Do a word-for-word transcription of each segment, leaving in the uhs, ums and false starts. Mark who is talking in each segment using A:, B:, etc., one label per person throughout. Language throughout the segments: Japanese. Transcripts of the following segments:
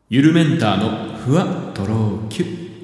A: ゆるメンターのふわとろきゅ。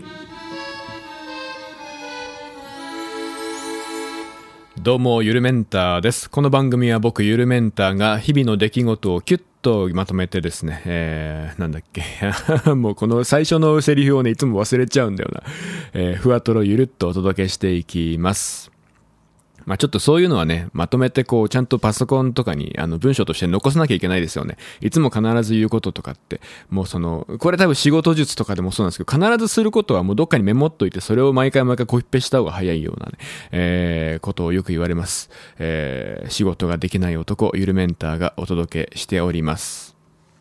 A: どうもゆるメンターです。この番組は僕ゆるメンターが日々の出来事をキュッとまとめてですね、えー、なんだっけもうこの最初のセリフをねいつも忘れちゃうんだよな、えー、ふわとろゆるっとお届けしていきます。まあちょっとそういうのはね、まとめてこう、ちゃんとパソコンとかにあの文章として残さなきゃいけないですよね。いつも必ず言うこととかって、もうその、これ多分仕事術とかでもそうなんですけど、必ずすることはもうどっかにメモっといて、それを毎回毎回コピペした方が早いようなね、えー、ことをよく言われます。えー、仕事ができない男、ゆるメンターがお届けしております。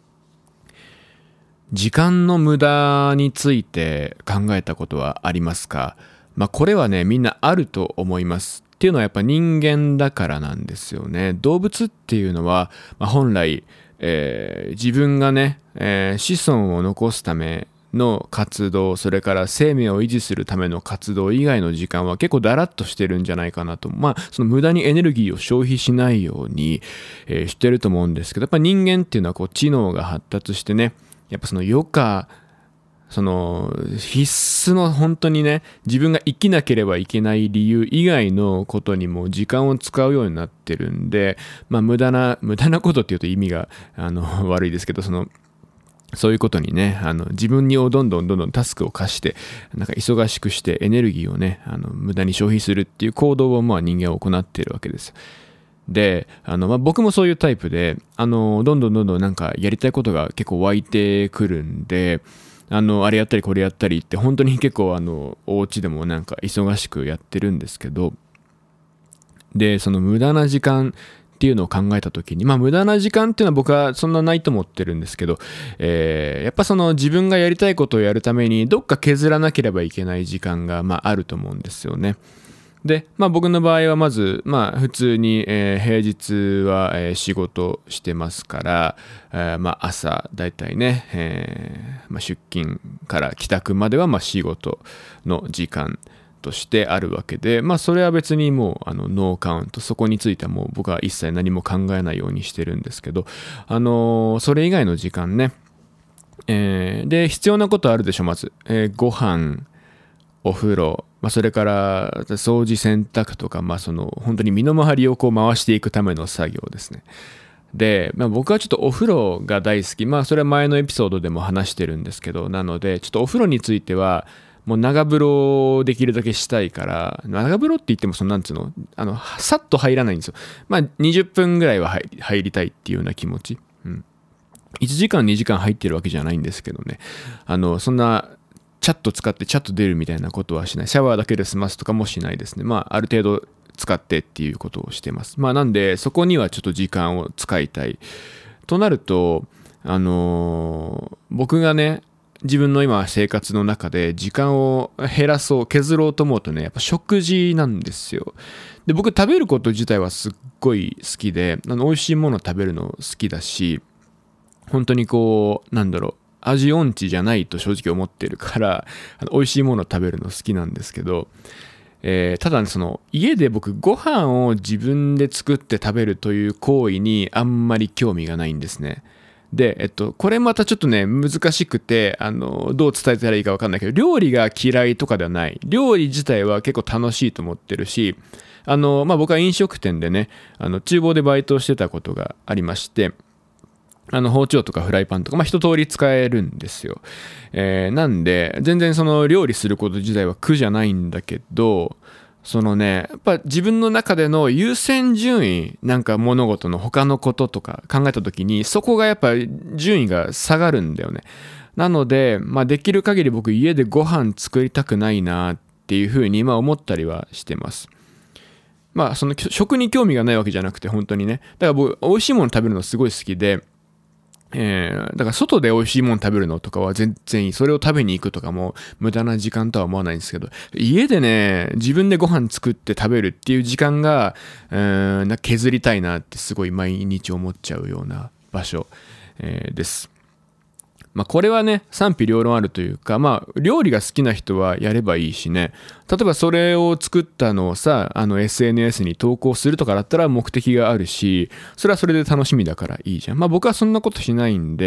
A: 時間の無駄について考えたことはありますか？まあこれはね、みんなあると思います。っていうのはやっぱ人間だからなんですよね。動物っていうのは、まあ、本来、えー、自分がね、えー、子孫を残すための活動、それから生命を維持するための活動以外の時間は結構だらっとしてるんじゃないかなと。まあその無駄にエネルギーを消費しないように、えー、してると思うんですけど、やっぱ人間っていうのはこう知能が発達してね、やっぱその余暇その必須の本当にね、自分が生きなければいけない理由以外のことにも時間を使うようになってるんで、まあ無駄な無駄なことっていうと意味があの悪いですけど、そのそういうことにね、あの自分にどんどんどんどんタスクを課してなんか忙しくしてエネルギーをね、あの無駄に消費するっていう行動をまあ人間は行っているわけです。で、あのまあ、僕もそういうタイプで、あのどんどんどんどんなんかやりたいことが結構湧いてくるんで。あのあれやったりこれやったりって本当に結構あのお家でもなんか忙しくやってるんですけど、でその無駄な時間っていうのを考えた時に、まあ無駄な時間っていうのは僕はそんなないと思ってるんですけど、えー、やっぱその自分がやりたいことをやるためにどっか削らなければいけない時間がまああると思うんですよね。で、まあ僕の場合はまず、まあ普通に、えー、平日は、えー、仕事してますから、えー、まあ朝だいたいね、えーまあ、出勤から帰宅まではまあ仕事の時間としてあるわけで、まあそれは別にもうあのノーカウント、そこについてはもう僕は一切何も考えないようにしてるんですけど、あのー、それ以外の時間ね、えー、で必要なことあるでしょ。まず、えー、ご飯、お風呂、まあ、それから掃除洗濯とか、まあ、その本当に身の回りをこう回していくための作業ですね。で、まあ、僕はちょっとお風呂が大好き。まあそれは前のエピソードでも話してるんですけど、なのでちょっとお風呂についてはもう長風呂できるだけしたいから、長風呂って言ってもそのなんつうの、あのさっと入らないんですよ。まあにじゅっぷんぐらいは入り、入りたいっていうような気持ち。うん。いちじかんにじかん入ってるわけじゃないんですけどね。あのそんなチャット使ってチャット出るみたいなことはしない。シャワーだけで済ますとかもしないですね。まあある程度使ってっていうことをしてます。まあなんでそこにはちょっと時間を使いたいとなると、あのー、僕がね自分の今生活の中で時間を減らそう削ろうと思うとね、やっぱ食事なんですよ。で僕食べること自体はすっごい好きで、あの美味しいもの食べるの好きだし、本当にこうなんだろう、味音痴じゃないと正直思ってるから、あの美味しいもの食べるの好きなんですけど、えー、ただねその家で僕ご飯を自分で作って食べるという行為にあんまり興味がないんですね。で、えっと、これまたちょっとね難しくて、あのどう伝えたらいいか分かんないけど、料理が嫌いとかではない。料理自体は結構楽しいと思ってるし、あの、まあ、僕は飲食店でね、あの厨房でバイトをしてたことがありまして、あの包丁とかフライパンとか、まあ、一通り使えるんですよ。えー、なんで全然その料理すること自体は苦じゃないんだけど、そのねやっぱ自分の中での優先順位、なんか物事の他のこととか考えた時にそこがやっぱ順位が下がるんだよね。なので、まあ、できる限り僕家でご飯作りたくないなっていうふうに今思ったりはしてます。まあその食に興味がないわけじゃなくて、本当にね、だから僕美味しいもの食べるのすごい好きで、えー、だから外で美味しいもの食べるのとかは全然いい。それを食べに行くとかも無駄な時間とは思わないんですけど、家でね自分でご飯作って食べるっていう時間が、えー、なんか削りたいなってすごい毎日思っちゃうような場所、えー、です。まあこれはね賛否両論あるというか、まあ料理が好きな人はやればいいしね、例えばそれを作ったのをさ、あの エスエヌエス に投稿するとかだったら目的があるし、それはそれで楽しみだからいいじゃん。まあ僕はそんなことしないんで、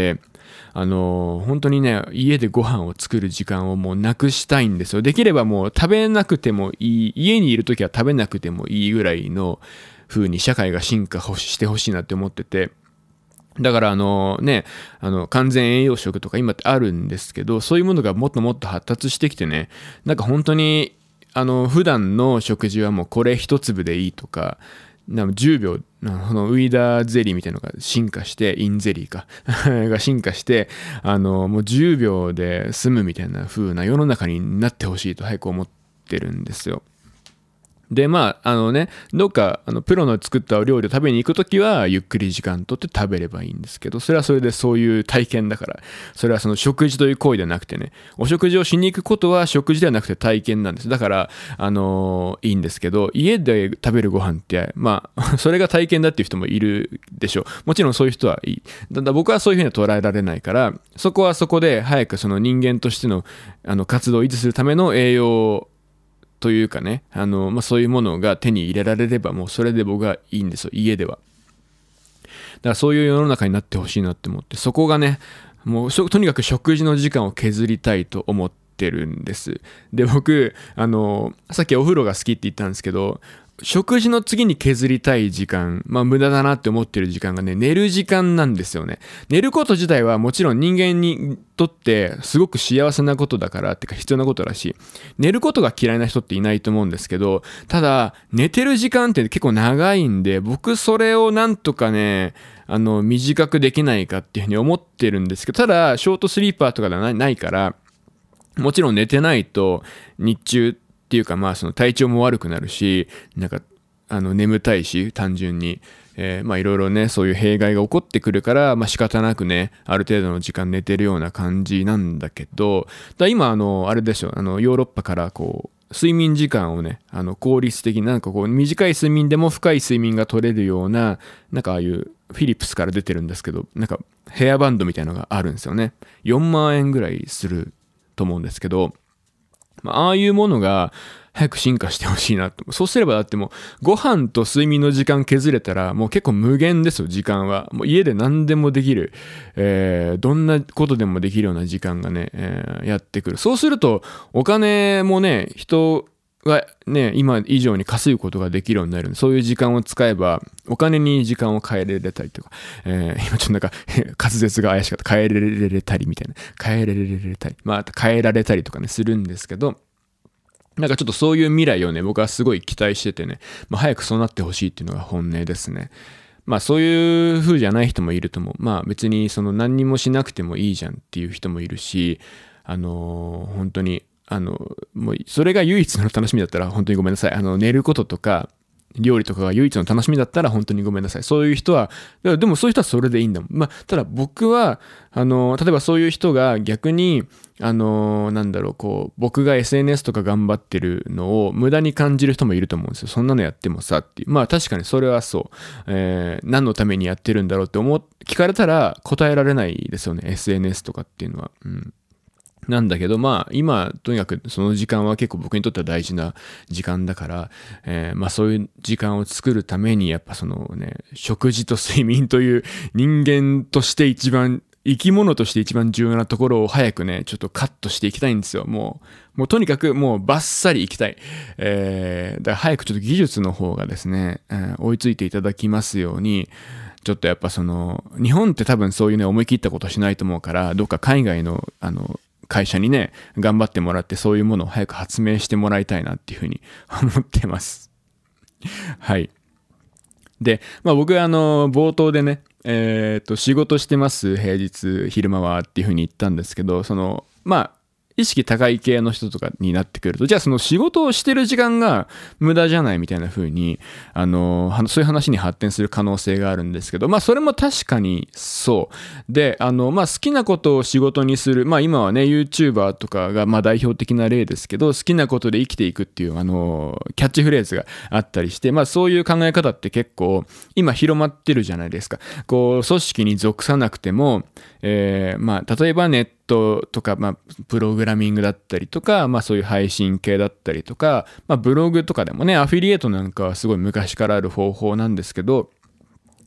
A: あの本当にね、家でご飯を作る時間をもうなくしたいんですよ。できればもう食べなくてもいい、家にいるときは食べなくてもいいぐらいの風に社会が進化してほしいなって思ってて、だからあのね、あの完全栄養食とか今ってあるんですけど、そういうものがもっともっと発達してきてね、なんか本当にあの普段の食事はもうこれ一粒でいいとか、なんかじゅうびょうこのウイダーゼリーみたいなのが進化して、インゼリーかが進化して、あのもうじゅうびょうで済むみたいな風な世の中になってほしいと早く思ってるんですよ。でまああのね、どっかあのプロの作ったお料理を食べに行くときはゆっくり時間とって食べればいいんですけど、それはそれでそういう体験だから、それはその食事という行為ではなくてね、お食事をしに行くことは食事ではなくて体験なんです。だからあのー、いいんですけど、家で食べるご飯ってまあそれが体験だっていう人もいるでしょう。もちろんそういう人はいい。だだ僕はそういうふうには捉えられないから、そこはそこで早くその人間としてのあの活動を維持するための栄養というかね、あの、まあ、そういうものが手に入れられればもうそれで僕はいいんですよ、家では。だからそういう世の中になってほしいなって思って、そこがね、もうとにかく食事の時間を削りたいと思ってるんです。で、僕、あの、さっきお風呂が好きって言ったんですけど、食事の次に削りたい時間、まあ無駄だなって思ってる時間がね、寝る時間なんですよね。寝ること自体はもちろん人間にとってすごく幸せなことだからってか必要なことだし、寝ることが嫌いな人っていないと思うんですけど、ただ寝てる時間って結構長いんで、僕それをなんとかね、あの短くできないかっていうふうに思ってるんですけど、ただショートスリーパーとかではない、ないから、もちろん寝てないと日中っていうかまあその体調も悪くなるし、なんかあの眠たいし単純に、えー、まあいろいろねそういう弊害が起こってくるから、まあ仕方なくねある程度の時間寝てるような感じなんだけど、だ今あのあれでしょ、あのヨーロッパからこう睡眠時間をねあの効率的になんかこう短い睡眠でも深い睡眠が取れるような、なんかああいうフィリップスから出てるんですけど、なんかヘアバンドみたいなのがあるんですよね。よんまんえんぐらいすると思うんですけど、ああいうものが早く進化してほしいなと。そうすればだってもうご飯と睡眠の時間削れたらもう結構無限ですよ、時間は。もう家で何でもできる、えー、どんなことでもできるような時間がね、えー、やってくる。そうするとお金もね、人がね今以上に稼ぐことができるようになる。そういう時間を使えばお金に時間を変えられたりとか、えー、今ちょっとなんか滑舌が怪しかった。変えられたりみたいな、変えられたり、まあ変えられたりとかねするんですけど、なんかちょっとそういう未来をね僕はすごい期待しててね、まあ、早くそうなってほしいっていうのが本音ですね。まあそういう風じゃない人もいると思う。まあ別にその何にもしなくてもいいじゃんっていう人もいるし、あのー、本当にあのもうそれが唯一の楽しみだったら本当にごめんなさい。あの寝ることとか料理とかが唯一の楽しみだったら本当にごめんなさい。そういう人は、でもそういう人はそれでいいんだもん。まあ、ただ僕は、あの、例えばそういう人が逆に、あの、なんだろう、こう、僕が エスエヌエス とか頑張ってるのを無駄に感じる人もいると思うんですよ。そんなのやってもさっていう。まあ確かにそれはそう。えー、何のためにやってるんだろうって思う、聞かれたら答えられないですよね。エスエヌエス とかっていうのは。うん。なんだけど、まあ今とにかくその時間は結構僕にとっては大事な時間だから、えー、まあそういう時間を作るためにやっぱそのね、食事と睡眠という人間として一番生き物として一番重要なところを早くねちょっとカットしていきたいんですよ。もうもうとにかくもうバッサリいきたい、えー、だから早くちょっと技術の方がですね、えー、追いついていただきますように、ちょっとやっぱその日本って多分そういうね思い切ったことしないと思うから、どっか海外のあの会社にね頑張ってもらってそういうものを早く発明してもらいたいなっていうふうに思ってますはい。で、まあ、僕はあの冒頭でねえっと仕事してます平日昼間はっていうふうに言ったんですけど、そのまあ意識高い系の人とかになってくると、じゃあその仕事をしてる時間が無駄じゃないみたいな風に、あの、そういう話に発展する可能性があるんですけど、まあそれも確かにそう。で、あの、まあ好きなことを仕事にする、まあ今はね、YouTuber とかがまあ代表的な例ですけど、好きなことで生きていくっていう、あの、キャッチフレーズがあったりして、まあそういう考え方って結構今広まってるじゃないですか。こう、組織に属さなくても、えー、まあ例えばネットとか、まあ、プログラミングだったりとか、まあそういう配信系だったりとか、まあブログとかでもね、アフィリエイトなんかはすごい昔からある方法なんですけど、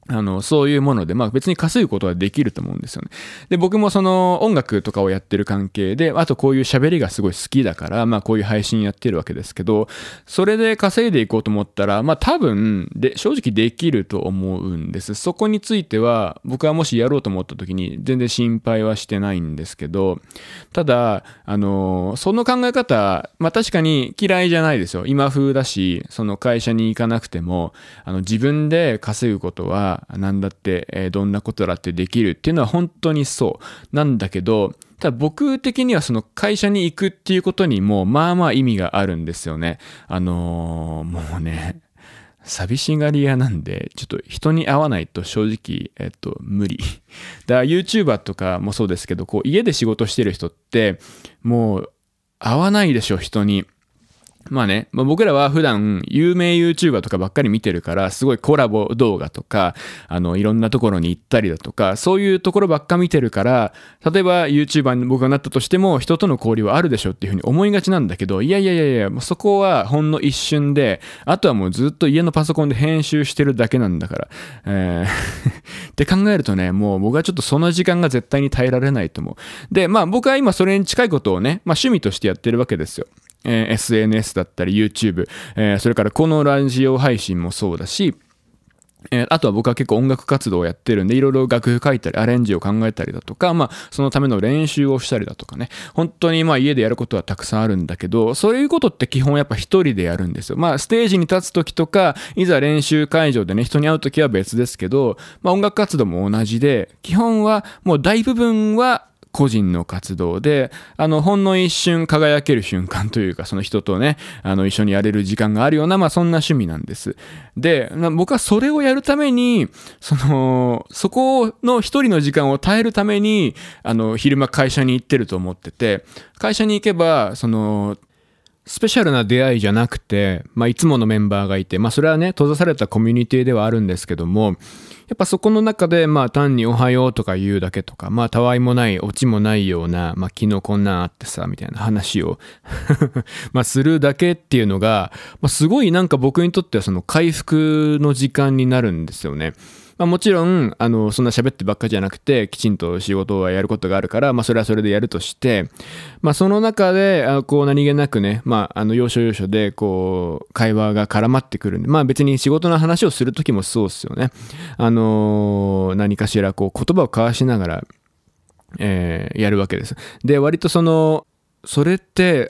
A: あの、そういうもので、まあ別に稼ぐことはできると思うんですよね。で、僕もその音楽とかをやってる関係で、あとこういう喋りがすごい好きだから、まあこういう配信やってるわけですけど、それで稼いでいこうと思ったら、まあ多分、で、正直できると思うんです。そこについては、僕はもしやろうと思った時に全然心配はしてないんですけど、ただ、あの、その考え方、まあ確かに嫌いじゃないですよ。今風だし、その会社に行かなくても、あの自分で稼ぐことは、なんだって、えー、どんなことだってできるっていうのは本当にそうなんだけど、ただ僕的にはその会社に行くっていうことにもまあまあ意味があるんですよね。あのー、もうね、寂しがり屋なんで、ちょっと人に会わないと正直、えっと、無理。だから YouTuber とかもそうですけど、こう家で仕事してる人って、もう会わないでしょ、人に。まあね、まあ、僕らは普段有名 YouTuber とかばっかり見てるから、すごいコラボ動画とか、あの、いろんなところに行ったりだとか、そういうところばっか見てるから、例えば YouTuber に僕がなったとしても、人との交流はあるでしょっていうふうに思いがちなんだけど、いやいやいやいや、もうそこはほんの一瞬で、あとはもうずっと家のパソコンで編集してるだけなんだから、えー、って考えるとね、もう僕はちょっとその時間が絶対に耐えられないと思う。で、まあ僕は今それに近いことをね、まあ趣味としてやってるわけですよ。えー、エスエヌエス だったり YouTube、えー、それからこのラジオ配信もそうだし、えー、あとは僕は結構音楽活動をやってるんで、いろいろ楽譜書いたりアレンジを考えたりだとか、まあそのための練習をしたりだとかね、本当にまあ家でやることはたくさんあるんだけど、そういうことって基本やっぱ一人でやるんですよ。まあステージに立つ時とか、いざ練習会場でね、人に会う時は別ですけど、まあ音楽活動も同じで、基本はもう大部分は個人の活動で、あの、ほんの一瞬輝ける瞬間というか、その人とね、あの、一緒にやれる時間があるような、まあ、そんな趣味なんです。で、僕はそれをやるために、その、そこの一人の時間を耐えるために、あの、昼間会社に行ってると思ってて、会社に行けば、その、スペシャルな出会いじゃなくて、まあ、いつものメンバーがいて、まあ、それはね、閉ざされたコミュニティではあるんですけども、やっぱそこの中で、まあ単におはようとか言うだけとか、まあたわいもない、オチもないような、まあ昨日こんなんあってさ、みたいな話をまあするだけっていうのが、まあすごいなんか僕にとってはその回復の時間になるんですよね。まあ、もちろん、あの、そんな喋ってばっかじゃなくて、きちんと仕事はやることがあるから、まあ、それはそれでやるとして、まあ、その中で、あこう、何気なくね、まあ、あの、要所要所で、こう、会話が絡まってくるんで、まあ、別に仕事の話をするときもそうですよね。あのー、何かしら、こう、言葉を交わしながら、えー、やるわけです。で、割とその、それって、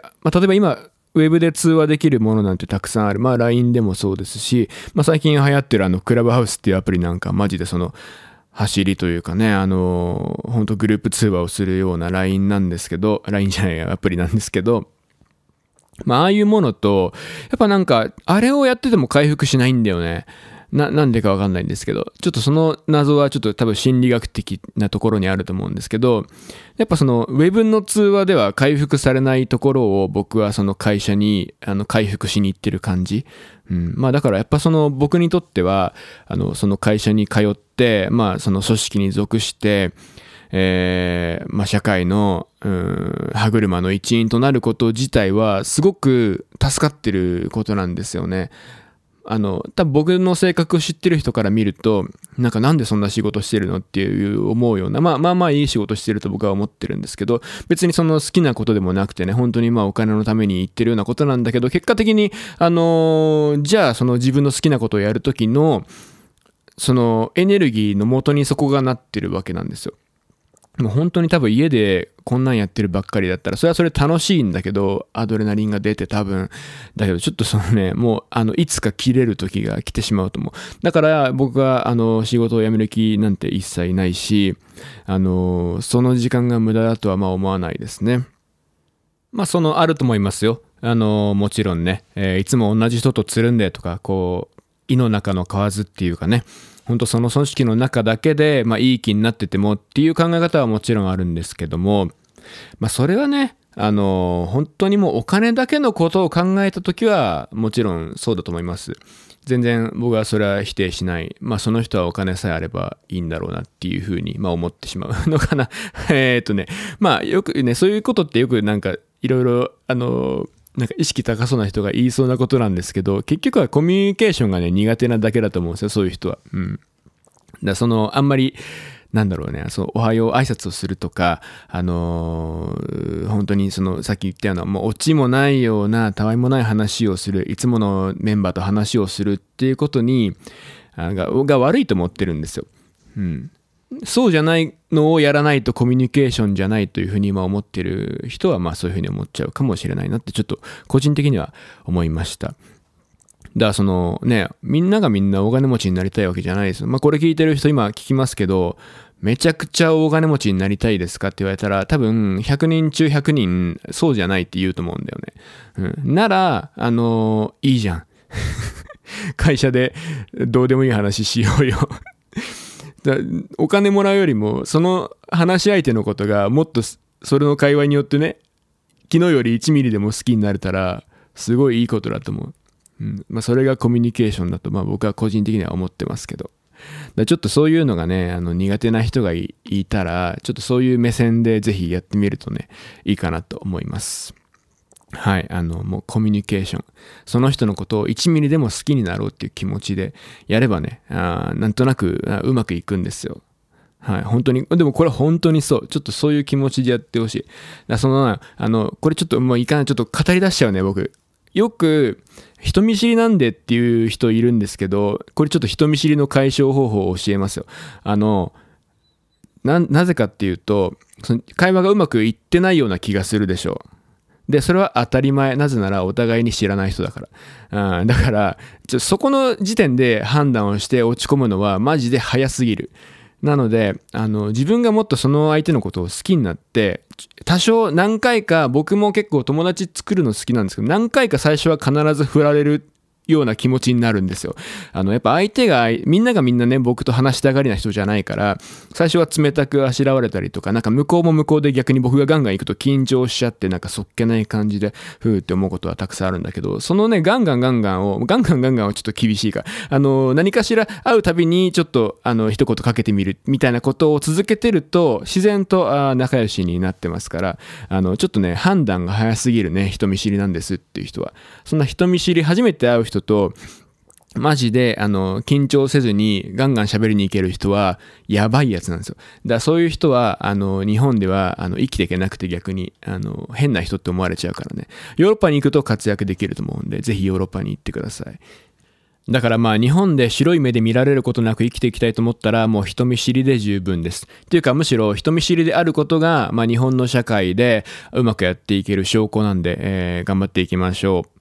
A: まあ、例えば今、ウェブで通話できるものなんてたくさんある。まあ ライン でもそうですし、まあ最近流行ってるあのクラブハウスっていうアプリなんかマジでその走りというかね、あの本当グループ通話をするような ライン なんですけど、ライン じゃないアプリなんですけど、まあああいうものと、やっぱなんかあれをやってても回復しないんだよね。な、なんでかわかんないんですけど、ちょっとその謎はちょっと多分心理学的なところにあると思うんですけど、やっぱそのウェブの通話では回復されないところを僕はその会社にあの回復しに行ってる感じ。うん、まあだからやっぱその僕にとっては、あのその会社に通って、まあその組織に属して、えー、まあ社会の、うん、歯車の一員となること自体はすごく助かってることなんですよね。あの多分僕の性格を知ってる人から見るとなんかなんでそんな仕事してるのっていう思うような、まあまあまあいい仕事してると僕は思ってるんですけど、別にその好きなことでもなくてね、本当にまあお金のために言ってるようなことなんだけど、結果的にあのー、じゃあその自分の好きなことをやる時のそのエネルギーの元にそこがなってるわけなんですよ。もう本当に多分家でこんなんやってるばっかりだったらそれはそれ楽しいんだけど、アドレナリンが出て多分だけどちょっとそのね、もうあのいつか切れる時が来てしまうと思う。だから僕はあの仕事を辞める気なんて一切ないし、あのその時間が無駄だとはまあ思わないですね。まあそのあると思いますよ。あのもちろんね、えー、いつも同じ人とつるんでとか、こう胃の中の蛙っていうかね、本当その組織の中だけで、まあ、いい気になっててもっていう考え方はもちろんあるんですけども、まあ、それはね、あの本当にもうお金だけのことを考えたときはもちろんそうだと思います。全然僕はそれは否定しない。まあその人はお金さえあればいいんだろうなっていうふうに、まあ、思ってしまうのかな。えっとね、まあよくね、そういうことってよくなんかいろいろあのなんか意識高そうな人が言いそうなことなんですけど、結局はコミュニケーションがね苦手なだけだと思うんですよ、そういう人は。うん。 だそのあんまりなんだろうね、そのおはよう挨拶をするとか、あのー、本当にそのさっき言ったようなもうオチもないようなたわいもない話をする、いつものメンバーと話をするっていうことにあがが悪いと思ってるんですよ。うん。そうじゃないのをやらないとコミュニケーションじゃないというふうに今思ってる人はまあそういうふうに思っちゃうかもしれないなってちょっと個人的には思いました。だからそのね、みんながみんな大金持ちになりたいわけじゃないですよ。まあこれ聞いてる人今聞きますけど、めちゃくちゃ大金持ちになりたいですかって言われたら多分ひゃくにん中ひゃくにんそうじゃないって言うと思うんだよね。うん、なら、あのー、いいじゃん。会社でどうでもいい話しようよ。だお金もらうよりもその話し相手のことがもっとそれの会話によってね、昨日よりいちミリでも好きになれたらすごいいいことだと思う。うんまあ、それがコミュニケーションだと、まあ、僕は個人的には思ってますけど、だちょっとそういうのがねあの苦手な人が い, いたらちょっとそういう目線でぜひやってみるとねいいかなと思います。はい、あのもうコミュニケーション、その人のことをいちミリでも好きになろうっていう気持ちでやればね、あなんとなくうまくいくんですよ。はい、本当に、でもこれ本当にそう、ちょっとそういう気持ちでやってほしい。だそのあのこれちょっともういかない、ちょっと語り出しちゃうね僕。よく人見知りなんでっていう人いるんですけど、これちょっと人見知りの解消方法を教えますよ。あの な, なぜかっていうと、その会話がうまくいってないような気がするでしょう。でそれは当たり前、なぜならお互いに知らない人だから、うん、だからちょそこの時点で判断をして落ち込むのはマジで早すぎる。なのであの自分がもっとその相手のことを好きになって、多少何回か、僕も結構友達作るの好きなんですけど、何回か最初は必ず振られるような気持ちになるんですよ。あのやっぱ相手がみんながみんなね僕と話したがりな人じゃないから、最初は冷たくあしらわれたりとか、なんか向こうも向こうで逆に僕がガンガン行くと緊張しちゃって、なんかそっけない感じでふーって思うことはたくさんあるんだけど、そのねガンガンガンガンをガンガンガンガンはちょっと厳しいから、あの何かしら会うたびにちょっとあの一言かけてみるみたいなことを続けてると自然とあ仲良しになってますから、あのちょっとね判断が早すぎるね人見知りなんですっていう人は、そんな人見知り初めて会う人とマジであの緊張せずにガンガン喋りに行ける人はやばいやつなんですよ。だからそういう人はあの日本ではあの生きていけなくて、逆にあの変な人って思われちゃうからね。ヨーロッパに行くと活躍できると思うんで、ぜひヨーロッパに行ってください。だからまあ日本で白い目で見られることなく生きていきたいと思ったら、もう人見知りで十分です。っていうかむしろ人見知りであることが、まあ、日本の社会でうまくやっていける証拠なんで、えー、頑張っていきましょう。